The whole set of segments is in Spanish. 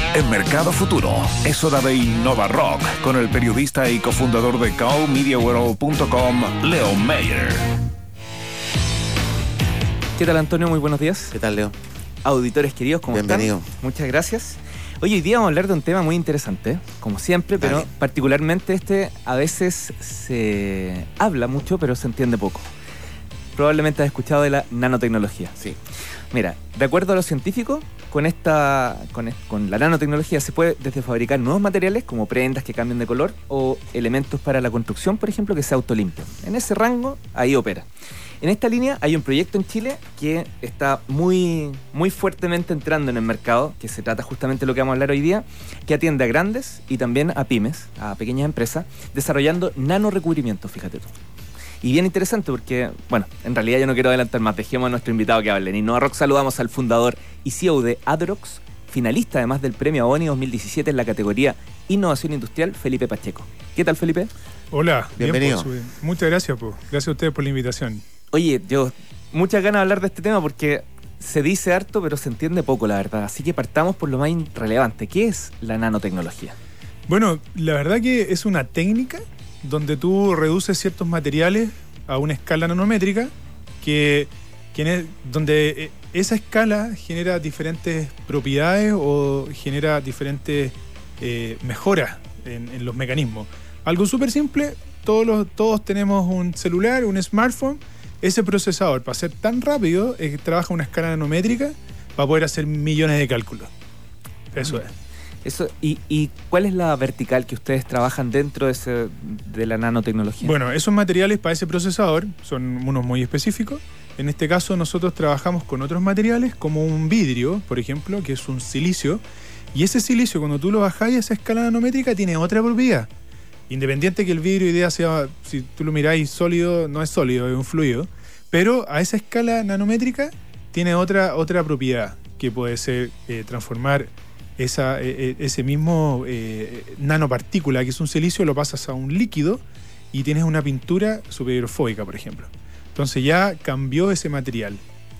En Mercado Futuro es hora de Innova Rock con el periodista y cofundador de cowmediaworld.com, Leo Meyer. ¿Qué tal, Antonio? Muy buenos días. ¿Qué tal, Leo? Auditores queridos, ¿cómo Bienvenido. están? Muchas gracias. Hoy día vamos a hablar de un tema muy interesante, como siempre, pero particularmente a veces se habla mucho, pero se entiende poco. Probablemente has escuchado de la nanotecnología. Sí. Mira, de acuerdo a los científicos, con la nanotecnología se puede desde fabricar nuevos materiales como prendas que cambien de color o elementos para la construcción, por ejemplo, que se autolimpian. En ese rango, ahí opera. En esta línea hay un proyecto en Chile que está muy fuertemente entrando en el mercado, que se trata justamente de lo que vamos a hablar hoy día, que atiende a grandes y también a pymes, a pequeñas empresas, desarrollando nanorecubrimientos, fíjate tú. Y bien interesante porque, bueno, en realidad yo no quiero adelantar más, dejemos a nuestro invitado que hable. En Innova Rock saludamos al fundador y CEO de Adrox, finalista además del Premio Aboni 2017 en la categoría Innovación Industrial, Felipe Pacheco. ¿Qué tal, Felipe? Hola, bienvenido. Bien, muchas gracias, gracias a ustedes por la invitación. Oye, yo muchas ganas de hablar de este tema porque se dice harto, pero se entiende poco, la verdad. Así que partamos por lo más relevante. ¿Qué es la nanotecnología? Bueno, la verdad que es una técnica donde tú reduces ciertos materiales a una escala nanométrica donde esa escala genera diferentes propiedades o genera diferentes mejoras en los mecanismos. Algo súper simple, todos tenemos un celular, un smartphone. Ese procesador, para ser tan rápido, trabaja a una escala nanométrica para poder hacer millones de cálculos. Eso es. ¿Y cuál es la vertical que ustedes trabajan dentro de la nanotecnología? Bueno, esos materiales para ese procesador son unos muy específicos. En este caso nosotros trabajamos con otros materiales como un vidrio, por ejemplo, que es un silicio. Y ese silicio, cuando tú lo bajás a esa escala nanométrica, tiene otra propiedad. Independiente que el vidrio idea sea, si tú lo miráis sólido, no es sólido, es un fluido. Pero a esa escala nanométrica tiene otra propiedad, que puede ser transformar ese mismo nanopartícula, que es un silicio, lo pasas a un líquido y tienes una pintura superhidrofóbica, por ejemplo. Entonces ya cambió ese material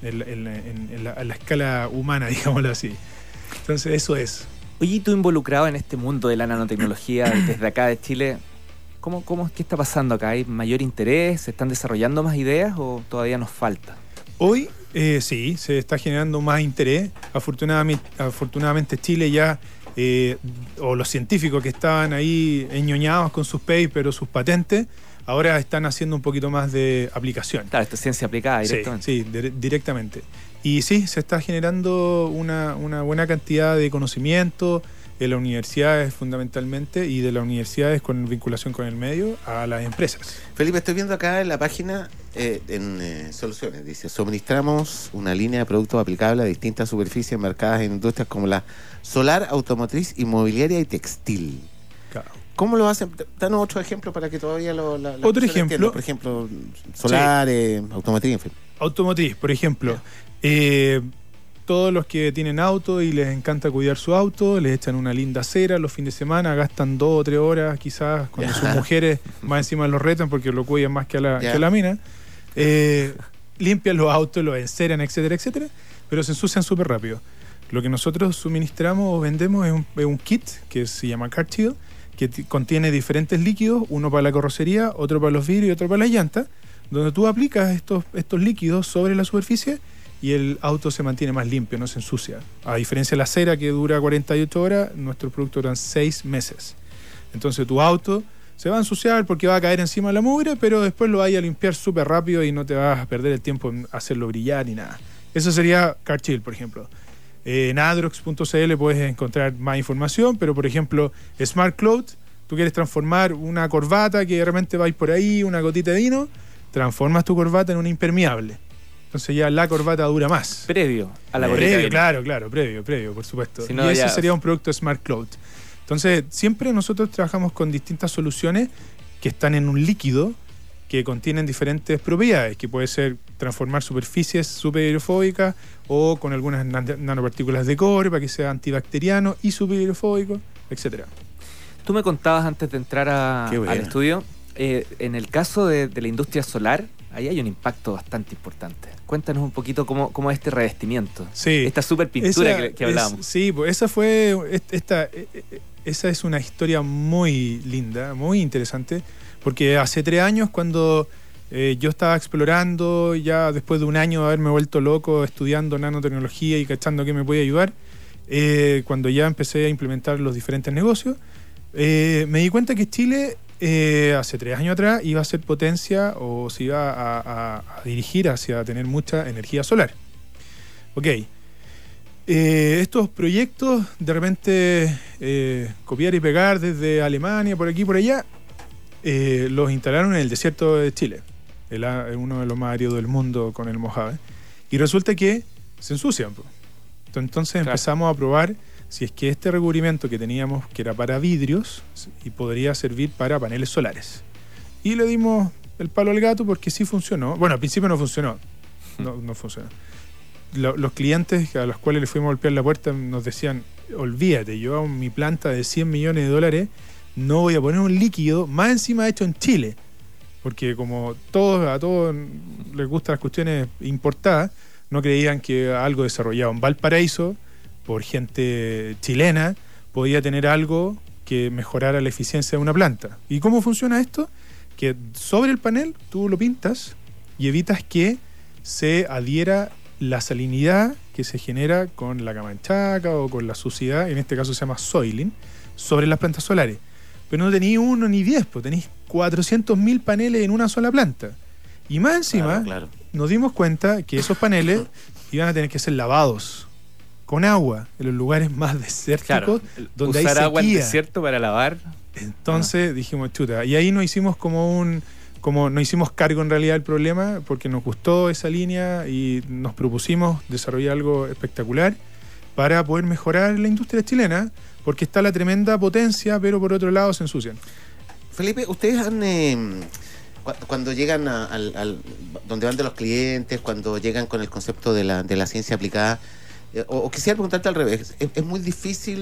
en la escala humana, digámoslo así. Entonces eso es. Oye, tú involucrado en este mundo de la nanotecnología desde acá de Chile, ¿qué está pasando acá? ¿Hay mayor interés? ¿Se están desarrollando más ideas o todavía nos falta? Hoy sí, se está generando más interés. Afortunadamente Chile ya, o los científicos que estaban ahí enñoñados con sus papers o sus patentes, ahora están haciendo un poquito más de aplicación. Claro, esto es ciencia aplicada directamente. Sí, directamente. Y sí, se está generando una buena cantidad de conocimiento en las universidades fundamentalmente y de las universidades con vinculación con el medio a las empresas. Felipe, estoy viendo acá en la página en Soluciones, dice: suministramos una línea de productos aplicables a distintas superficies marcadas en industrias como la solar, automotriz, inmobiliaria y textil. Claro. ¿Cómo lo hacen? Danos otro ejemplo para que todavía Otro ejemplo. Por ejemplo, solar, sí. Automotriz, en fin. Automotriz, por ejemplo. Todos los que tienen auto y les encanta cuidar su auto, les echan una linda cera los fines de semana, gastan 2 o 3 horas quizás cuando sus mujeres más encima los retan porque lo cuidan más que a la mina. Limpian los autos, los enceran, etcétera, etcétera, pero se ensucian súper rápido. Lo que nosotros suministramos o vendemos es un kit que se llama CarShield, que contiene diferentes líquidos, uno para la carrocería, otro para los vidrios y otro para las llantas, donde tú aplicas estos líquidos sobre la superficie y el auto se mantiene más limpio, no se ensucia. A diferencia de la cera que dura 48 horas, nuestros productos duran 6 meses. Entonces tu auto se va a ensuciar porque va a caer encima de la mugre, pero después lo vas a limpiar súper rápido y no te vas a perder el tiempo en hacerlo brillar ni nada. Eso sería CarShield, por ejemplo. En adrox.cl puedes encontrar más información, pero por ejemplo, Smart Cloth, tú quieres transformar una corbata que de repente vais por ahí, una gotita de vino, transformas tu corbata en una impermeable. Entonces ya la corbata dura más. Previo a la gotita. Claro, previo, por supuesto. Si no, y ese sería un producto Smart Cloth. Entonces, siempre nosotros trabajamos con distintas soluciones que están en un líquido que contienen diferentes propiedades, que puede ser transformar superficies superhidrofóbicas o con algunas nanopartículas de cobre para que sea antibacteriano y superhidrofóbico, etc. Tú me contabas antes de entrar al estudio, en el caso de la industria solar, ahí hay un impacto bastante importante. Cuéntanos un poquito cómo es este revestimiento. Sí. Esta super pintura que hablábamos. Sí, pues esa es una historia muy linda, muy interesante, porque hace 3 años cuando yo estaba explorando, ya después de un año de haberme vuelto loco estudiando nanotecnología y cachando que me podía ayudar, cuando ya empecé a implementar los diferentes negocios, me di cuenta que Chile hace 3 años atrás iba a ser potencia o se iba a dirigir hacia tener mucha energía solar. Ok. Estos proyectos de repente copiar y pegar desde Alemania, por aquí y por allá, los instalaron en el desierto de Chile, uno de los más áridos del mundo con el Mojave, y resulta que se ensucian. Entonces empezamos a probar si es que este recubrimiento que teníamos, que era para vidrios, y podría servir para paneles solares. Y le dimos el palo al gato porque sí funcionó. Bueno, al principio no funcionó. No funcionó. Los clientes a los cuales les fuimos a golpear la puerta nos decían, olvídate, yo a mi planta de $100 millones no voy a poner un líquido, más encima hecho en Chile. Porque como a todos les gustan las cuestiones importadas, no creían que algo desarrollado en Valparaíso por gente chilena podía tener algo que mejorara la eficiencia de una planta. ¿Y cómo funciona esto? Que sobre el panel tú lo pintas y evitas que se adhiera la salinidad que se genera con la camanchaca o con la suciedad, en este caso se llama soiling, sobre las plantas solares. Pero no tenéis 1 ni 10, pues tenéis 400.000 paneles en una sola planta. Y más encima, nos dimos cuenta que esos paneles iban a tener que ser lavados con agua en los lugares más desérticos, donde hay sequía. Usar agua en desierto para lavar. Entonces dijimos, chuta, y ahí nos hicimos nos hicimos cargo en realidad del problema, porque nos gustó esa línea y nos propusimos desarrollar algo espectacular para poder mejorar la industria chilena, porque está la tremenda potencia, pero por otro lado se ensucian. Felipe, ustedes han... cuando llegan donde van de los clientes, cuando llegan con el concepto de la ciencia aplicada, o quisiera preguntarte al revés, es muy difícil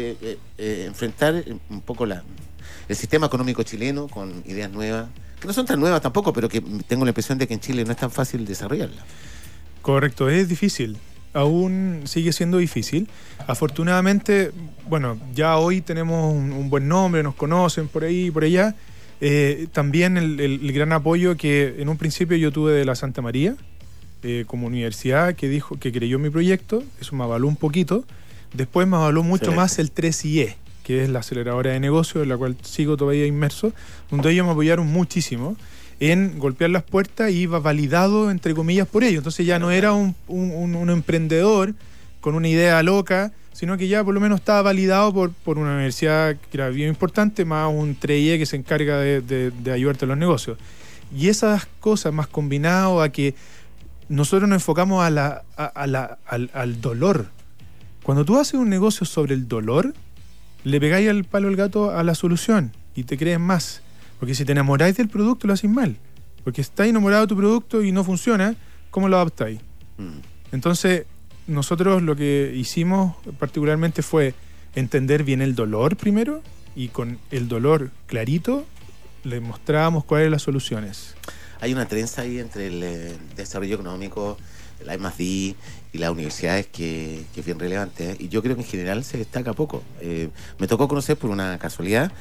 enfrentar un poco el sistema económico chileno con ideas nuevas, que no son tan nuevas tampoco, pero que tengo la impresión de que en Chile no es tan fácil desarrollarla. Correcto, es difícil. Aún sigue siendo difícil. Afortunadamente, bueno, ya hoy tenemos un buen nombre, nos conocen por ahí y por allá. También el gran apoyo que en un principio yo tuve de la Santa María como universidad, que creyó en mi proyecto. Eso me avaló un poquito. Después me avaló mucho más el 3IE, que es la aceleradora de negocios, en la cual sigo todavía inmerso, donde ellos me apoyaron muchísimo en golpear las puertas y iba validado, entre comillas, por ellos. Entonces ya no era un emprendedor con una idea loca, sino que ya por lo menos estaba validado por una universidad que era bien importante, más un 3IE que se encarga de ayudarte en los negocios. Y esas cosas más combinado a que nosotros nos enfocamos al dolor. Cuando tú haces un negocio sobre el dolor, le pegáis al palo al gato a la solución y te crees más. Porque si te enamoráis del producto, lo haces mal. Porque estás enamorado de tu producto y no funciona, ¿cómo lo adaptáis? Entonces, nosotros lo que hicimos particularmente fue entender bien el dolor primero, y con el dolor clarito le mostrábamos cuáles eran las soluciones. Hay una trenza ahí entre el desarrollo económico, la I+D y las universidades que es bien relevante, y yo creo que en general se destaca poco. Me tocó conocer por una casualidad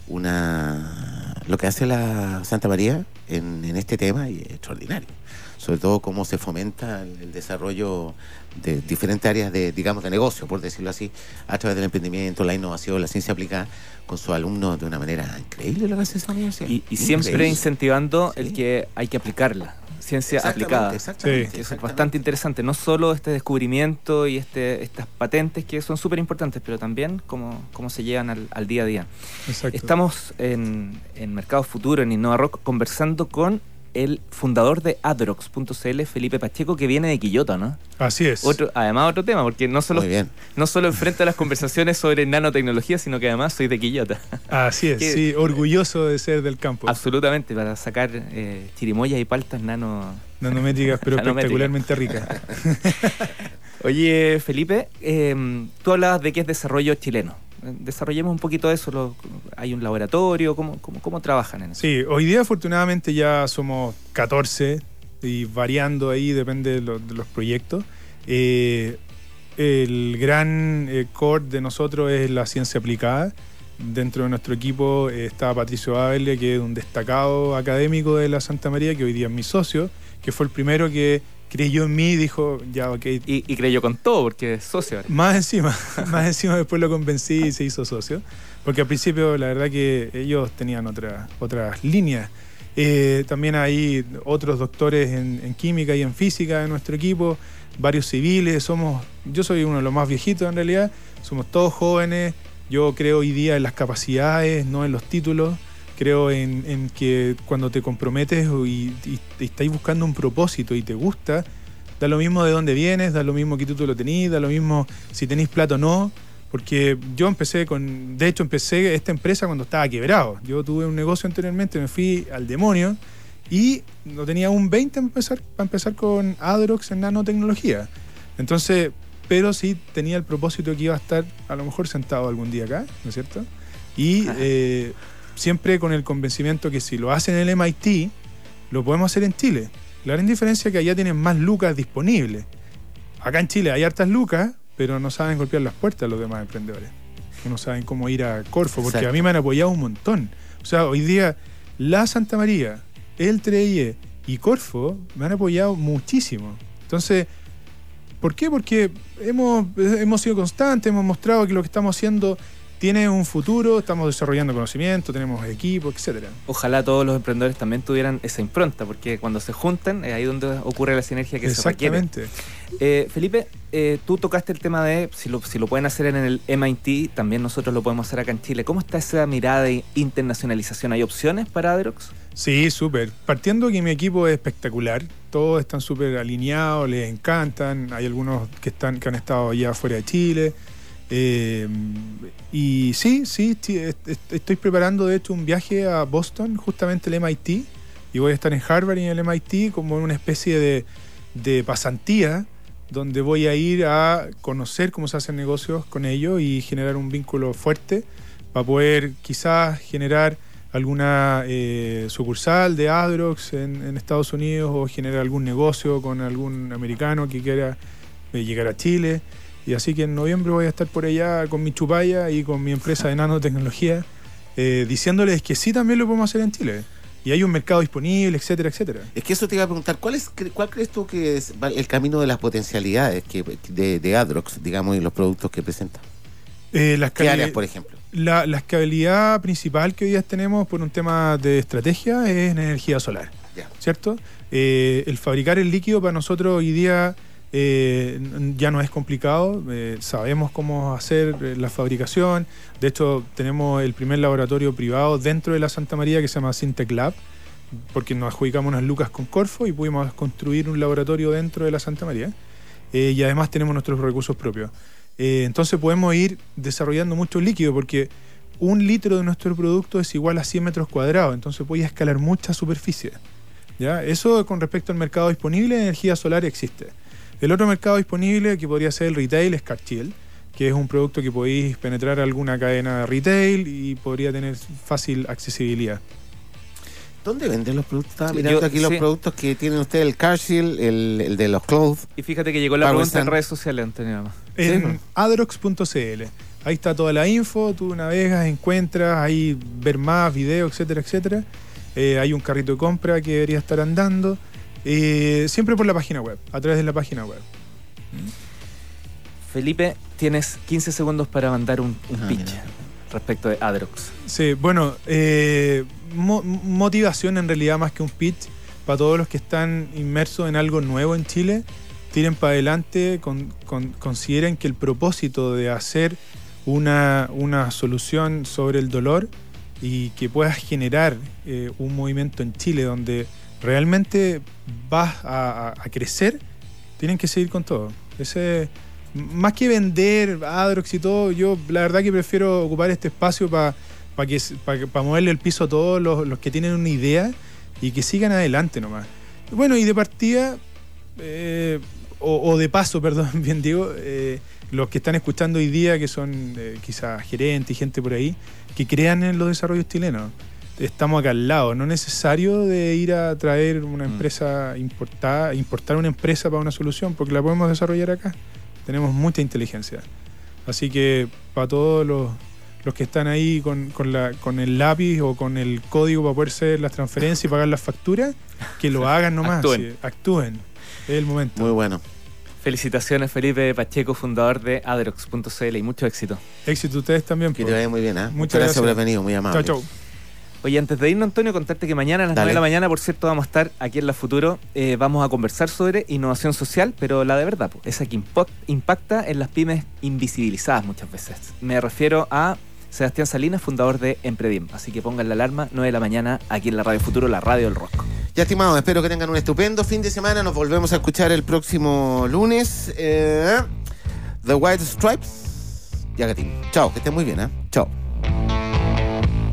lo que hace la Santa María en este tema, y es extraordinario. Sobre todo cómo se fomenta el desarrollo de diferentes áreas de negocio, por decirlo así, a través del emprendimiento, la innovación, la ciencia aplicada, con sus alumnos de una manera increíble lo que hace esa universidad. Y siempre incentivando el que hay que aplicarla. Ciencia aplicada. Exactamente. Eso es bastante interesante. No solo este descubrimiento y estas patentes que son súper importantes, pero también cómo se llevan al día a día. Exacto. Estamos en Mercado Futuro, en Innova Rock, conversando con el fundador de Adrox.cl, Felipe Pacheco, que viene de Quillota, ¿no? Así es. Además, otro tema, porque no solo enfrenta las conversaciones sobre nanotecnología, sino que además soy de Quillota. Así es, sí, orgulloso de ser del campo. Absolutamente, para sacar chirimoyas y paltas nanométricas, pero espectacularmente ricas. Oye, Felipe, tú hablabas de que es desarrollo chileno. Desarrollemos un poquito de eso. ¿Hay un laboratorio? ¿Cómo trabajan en eso? Sí, hoy día afortunadamente ya somos 14 y variando ahí, depende de los proyectos. El gran core de nosotros es la ciencia aplicada. Dentro de nuestro equipo está Patricio Ávila, que es un destacado académico de la Santa María, que hoy día es mi socio, que fue el primero que creyó en mí y dijo, ya, ok. Y creyó con todo, porque es socio ahora. Más encima después lo convencí y se hizo socio. Porque al principio la verdad que ellos tenían otras líneas. También hay otros doctores en química y en física en nuestro equipo, varios civiles. Yo soy uno de los más viejitos en realidad, somos todos jóvenes. Yo creo hoy día en las capacidades, no en los títulos. Creo en que cuando te comprometes y estáis buscando un propósito y te gusta, da lo mismo de dónde vienes, da lo mismo qué título tenís, da lo mismo si tenéis plata o no. Porque yo empecé esta empresa cuando estaba quebrado. Yo tuve un negocio anteriormente, me fui al demonio y no tenía un 20 para empezar con Adrox en nanotecnología. Entonces, pero sí tenía el propósito que iba a estar a lo mejor sentado algún día acá, ¿no es cierto? Y siempre con el convencimiento que si lo hacen en el MIT, lo podemos hacer en Chile. La gran diferencia es que allá tienen más lucas disponibles. Acá en Chile hay hartas lucas, pero no saben golpear las puertas los demás emprendedores. No saben cómo ir a Corfo, porque a mí me han apoyado un montón. O sea, hoy día la Santa María, el 3IE y Corfo me han apoyado muchísimo. Entonces, ¿por qué? Porque hemos sido constantes, hemos mostrado que lo que estamos haciendo tiene un futuro, estamos desarrollando conocimiento, tenemos equipo, etcétera. Ojalá todos los emprendedores también tuvieran esa impronta, porque cuando se juntan es ahí donde ocurre la sinergia que se requiere. Exactamente. Felipe, tú tocaste el tema de si lo pueden hacer en el MIT, también nosotros lo podemos hacer acá en Chile. ¿Cómo está esa mirada de internacionalización? ¿Hay opciones para Adrox? Sí, súper. Partiendo que mi equipo es espectacular, todos están súper alineados, les encantan, hay algunos que han estado ya fuera de Chile. Y sí, estoy preparando de hecho un viaje a Boston, justamente el MIT, y voy a estar en Harvard y en el MIT como en una especie de pasantía, donde voy a ir a conocer cómo se hacen negocios con ellos y generar un vínculo fuerte para poder quizás generar alguna sucursal de Adrox en Estados Unidos, o generar algún negocio con algún americano que quiera llegar a Chile. Y así que en noviembre voy a estar por allá con mi chupalla y con mi empresa de nanotecnología, diciéndoles que sí, también lo podemos hacer en Chile. Y hay un mercado disponible, etcétera, etcétera. Es que eso te iba a preguntar, ¿cuál crees tú que es el camino de las potencialidades de Adrox, digamos, y los productos que presenta? ¿Qué áreas, por ejemplo? La escalabilidad principal que hoy día tenemos por un tema de estrategia es en energía solar, ¿cierto? El fabricar el líquido para nosotros hoy día ya no es complicado, sabemos cómo hacer la fabricación. De hecho, tenemos el primer laboratorio privado dentro de la Santa María que se llama Syntec Lab, porque nos adjudicamos unas lucas con Corfo y pudimos construir un laboratorio dentro de la Santa María, y además tenemos nuestros recursos propios. Entonces podemos ir desarrollando mucho líquido, porque 1 litro de nuestro producto es igual a 100 metros cuadrados, entonces voy a escalar mucha superficie, ¿ya? Eso con respecto al mercado disponible de energía solar existe. El otro mercado disponible que podría ser el retail es CarChill, que es un producto que podéis penetrar a alguna cadena de retail y podría tener fácil accesibilidad. ¿Dónde venden los productos? Estaba mirando aquí los productos que tienen ustedes, el CarChill, el de los clothes. Y fíjate que llegó la pregunta en redes sociales, Antonio. En adrox.cl. Ahí está toda la info, tú navegas, encuentras, ahí ver más, videos, etcétera, etcétera. Hay un carrito de compra que debería estar andando. Siempre por la página web, a través de la página web. Felipe, tienes 15 segundos para mandar un pitch respecto de Adrox. Sí, bueno, motivación en realidad más que un pitch para todos los que están inmersos en algo nuevo en Chile. Tiren para adelante, consideren que el propósito de hacer una solución sobre el dolor y que puedas generar un movimiento en Chile donde realmente vas a crecer, tienen que seguir con todo. Más que vender Adrox y todo, yo la verdad que prefiero ocupar este espacio para moverle el piso a todos los que tienen una idea y que sigan adelante nomás. Bueno, y de partida, o de paso, perdón, bien digo, los que están escuchando hoy día, que son quizás gerentes y gente por ahí, que crean en los desarrollos chilenos. Estamos acá al lado, no es necesario de ir a traer una empresa importar una empresa para una solución, porque la podemos desarrollar acá. Tenemos mucha inteligencia. Así que para todos los que están ahí con el lápiz o con el código para poder hacer las transferencias y pagar las facturas, que lo hagan nomás. Actúen. Es el momento. Muy bueno. Felicitaciones, Felipe Pacheco, fundador de Adrox.cl, y mucho éxito. Éxito ustedes también. Que te vaya muy bien, ¿eh? Muchas gracias por haber venido, muy amable. Chau. Oye, antes de irnos, Antonio, contarte que mañana a las 9 de la mañana, por cierto, vamos a estar aquí en La Futuro. Vamos a conversar sobre innovación social, pero la de verdad, esa que impacta en las pymes invisibilizadas muchas veces. Me refiero a Sebastián Salinas, fundador de Empredim. Así que pongan la alarma, 9 de la mañana, aquí en la Radio Futuro, la radio del rock. Ya, estimados, espero que tengan un estupendo fin de semana. Nos volvemos a escuchar el próximo lunes. The White Stripes. Ya, Gatín. Chao, que estén muy bien, ¿eh? Chao.